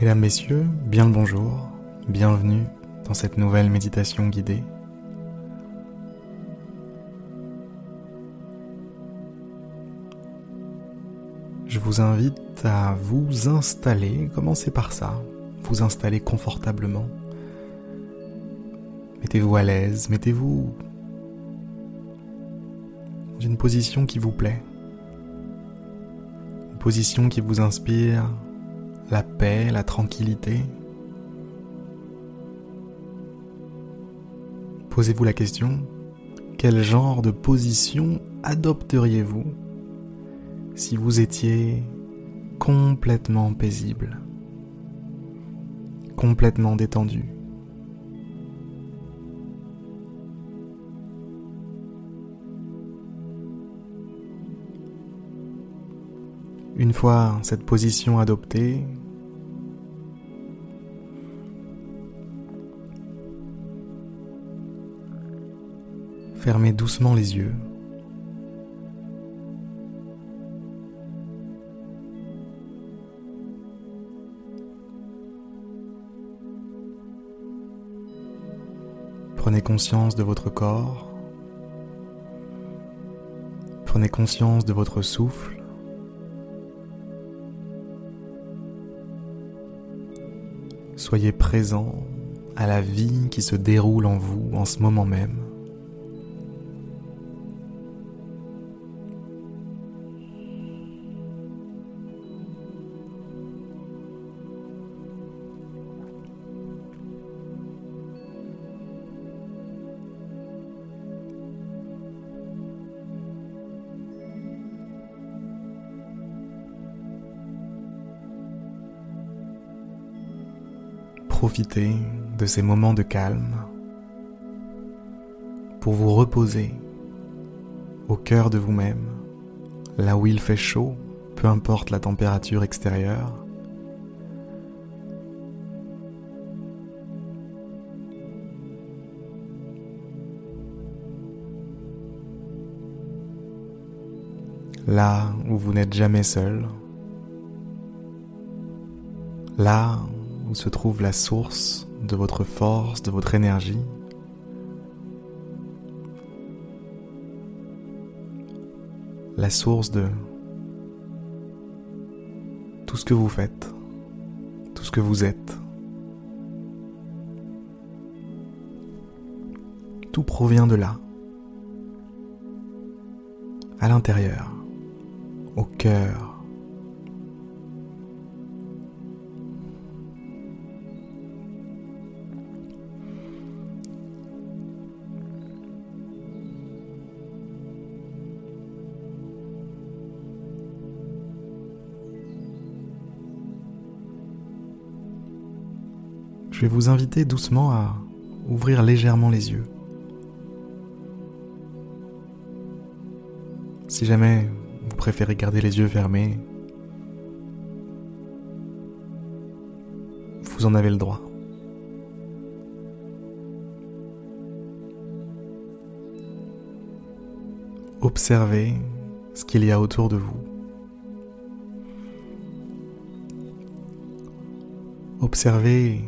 Mesdames, Messieurs, bien le bonjour, bienvenue dans cette nouvelle méditation guidée. Je vous invite à vous installer, commencez par ça, vous installer confortablement. Mettez-vous à l'aise, mettez-vous dans une position qui vous plaît, une position qui vous inspire la paix, la tranquillité. Posez-vous la question, quel genre de position adopteriez-vous si vous étiez complètement paisible, complètement détendu? Une fois cette position adoptée, fermez doucement les yeux. Prenez conscience de votre corps. Prenez conscience de votre souffle. Soyez présent à la vie qui se déroule en vous en ce moment même. Profitez de ces moments de calme pour vous reposer au cœur de vous-même, là où il fait chaud, peu importe la température extérieure. Là où vous n'êtes jamais seul, là où se trouve la source de votre force, de votre énergie. La source de tout ce que vous faites, tout ce que vous êtes. Tout provient de là, à l'intérieur, au cœur. Je vais vous inviter doucement à ouvrir légèrement les yeux. Si jamais vous préférez garder les yeux fermés, vous en avez le droit. Observez ce qu'il y a autour de vous. Observez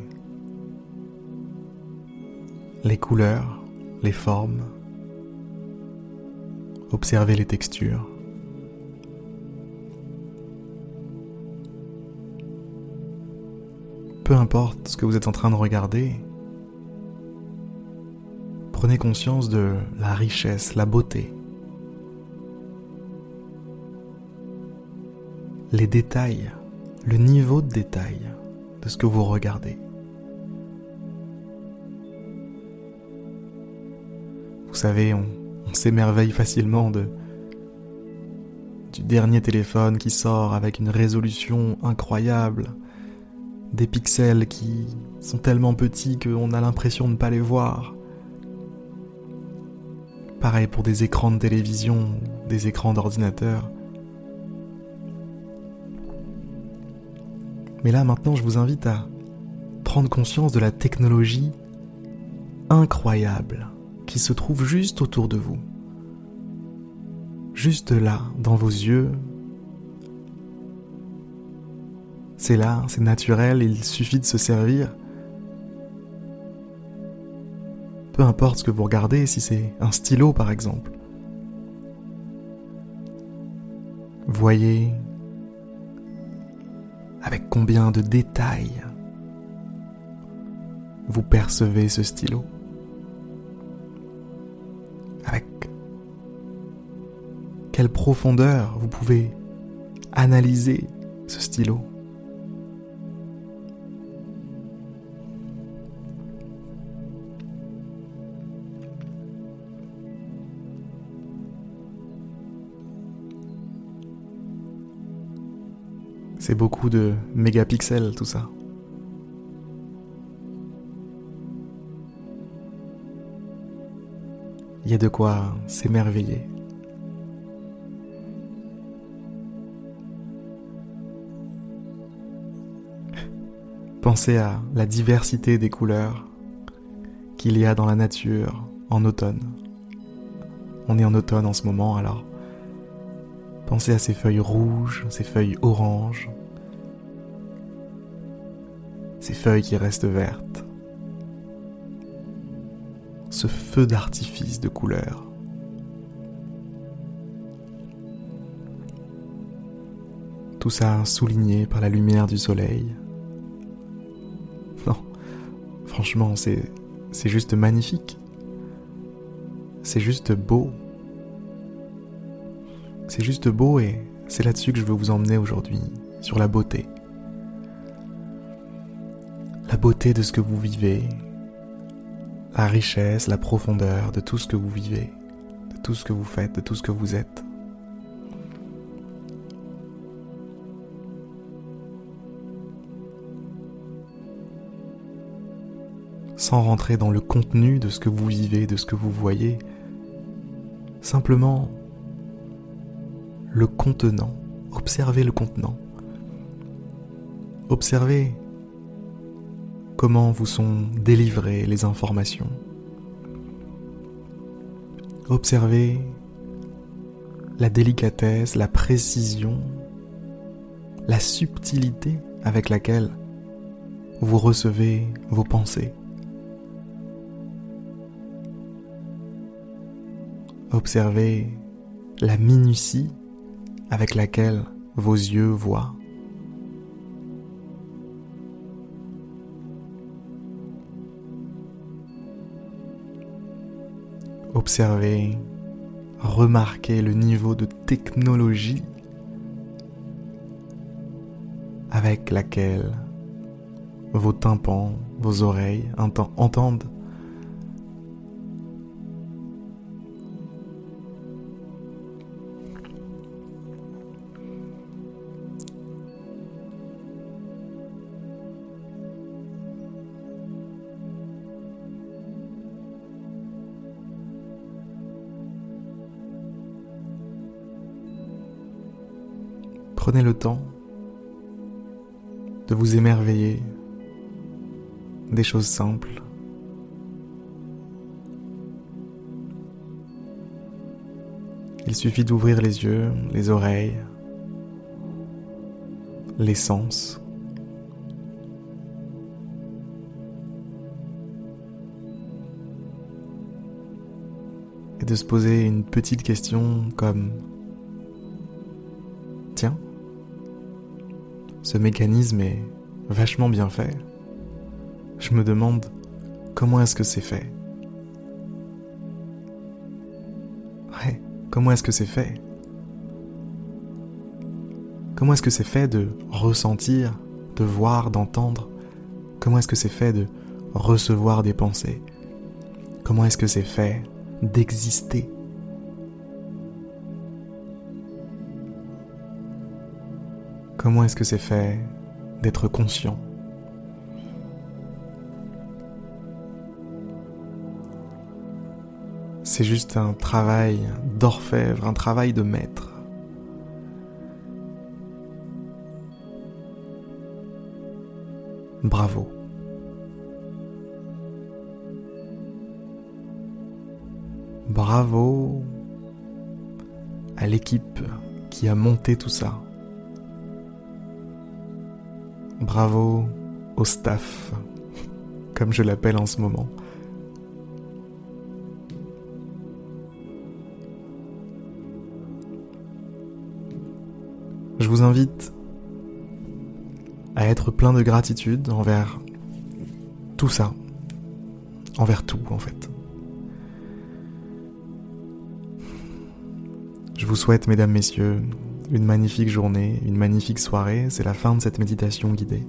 les couleurs, les formes. Observez les textures. Peu importe ce que vous êtes en train de regarder, prenez conscience de la richesse, la beauté, les détails, le niveau de détail de ce que vous regardez. Vous savez, on s'émerveille facilement du dernier téléphone qui sort avec une résolution incroyable, des pixels qui sont tellement petits qu'on a l'impression de ne pas les voir. Pareil pour des écrans de télévision, des écrans d'ordinateur. Mais là, maintenant, je vous invite à prendre conscience de la technologie incroyable qui se trouve juste autour de vous. Juste là, dans vos yeux. C'est là, c'est naturel, il suffit de se servir. Peu importe ce que vous regardez, si c'est un stylo par exemple. Voyez avec combien de détails vous percevez ce stylo. Avec quelle profondeur vous pouvez analyser ce stylo. C'est beaucoup de mégapixels tout ça. Il y a de quoi s'émerveiller. Pensez à la diversité des couleurs qu'il y a dans la nature en automne. On est en automne en ce moment, alors pensez à ces feuilles rouges, ces feuilles oranges, ces feuilles qui restent vertes, ce feu d'artifice de couleurs. Tout ça souligné par la lumière du soleil. Non, franchement, c'est juste magnifique. C'est juste beau. C'est juste beau et c'est là-dessus que je veux vous emmener aujourd'hui, sur la beauté. La beauté de ce que vous vivez, la richesse, la profondeur de tout ce que vous vivez, de tout ce que vous faites, de tout ce que vous êtes. Sans rentrer dans le contenu de ce que vous vivez, de ce que vous voyez, simplement le contenant, observez le contenant. Observez comment vous sont délivrées les informations. Observez la délicatesse, la précision, la subtilité avec laquelle vous recevez vos pensées. Observez la minutie avec laquelle vos yeux voient. Observez, remarquez le niveau de technologie avec laquelle vos tympans, vos oreilles entendent. Prenez le temps de vous émerveiller des choses simples. Il suffit d'ouvrir les yeux, les oreilles, les sens. Et de se poser une petite question comme « Tiens, ce mécanisme est vachement bien fait. Je me demande comment est-ce que c'est fait. Ouais, comment est-ce que c'est fait? Comment est-ce que c'est fait de ressentir, de voir, d'entendre? Comment est-ce que c'est fait de recevoir des pensées? Comment est-ce que c'est fait d'exister? Comment est-ce que c'est fait d'être conscient? C'est juste un travail d'orfèvre, un travail de maître. Bravo. Bravo à l'équipe qui a monté tout ça. Bravo au staff, comme je l'appelle en ce moment. Je vous invite à être plein de gratitude envers tout ça, envers tout en fait. Je vous souhaite, mesdames, messieurs, une magnifique journée, une magnifique soirée. C'est la fin de cette méditation guidée.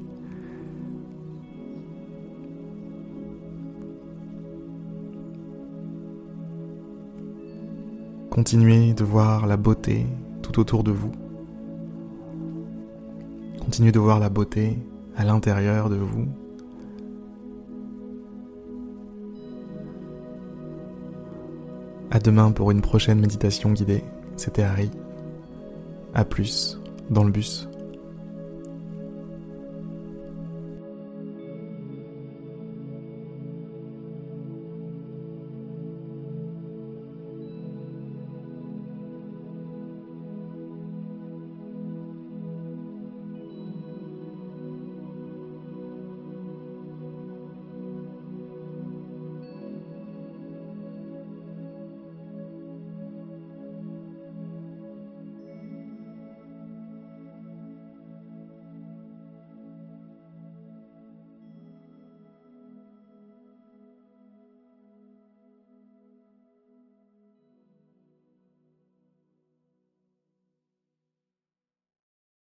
Continuez de voir la beauté tout autour de vous. Continuez de voir la beauté à l'intérieur de vous. À demain pour une prochaine méditation guidée. C'était Harry. À plus dans le bus.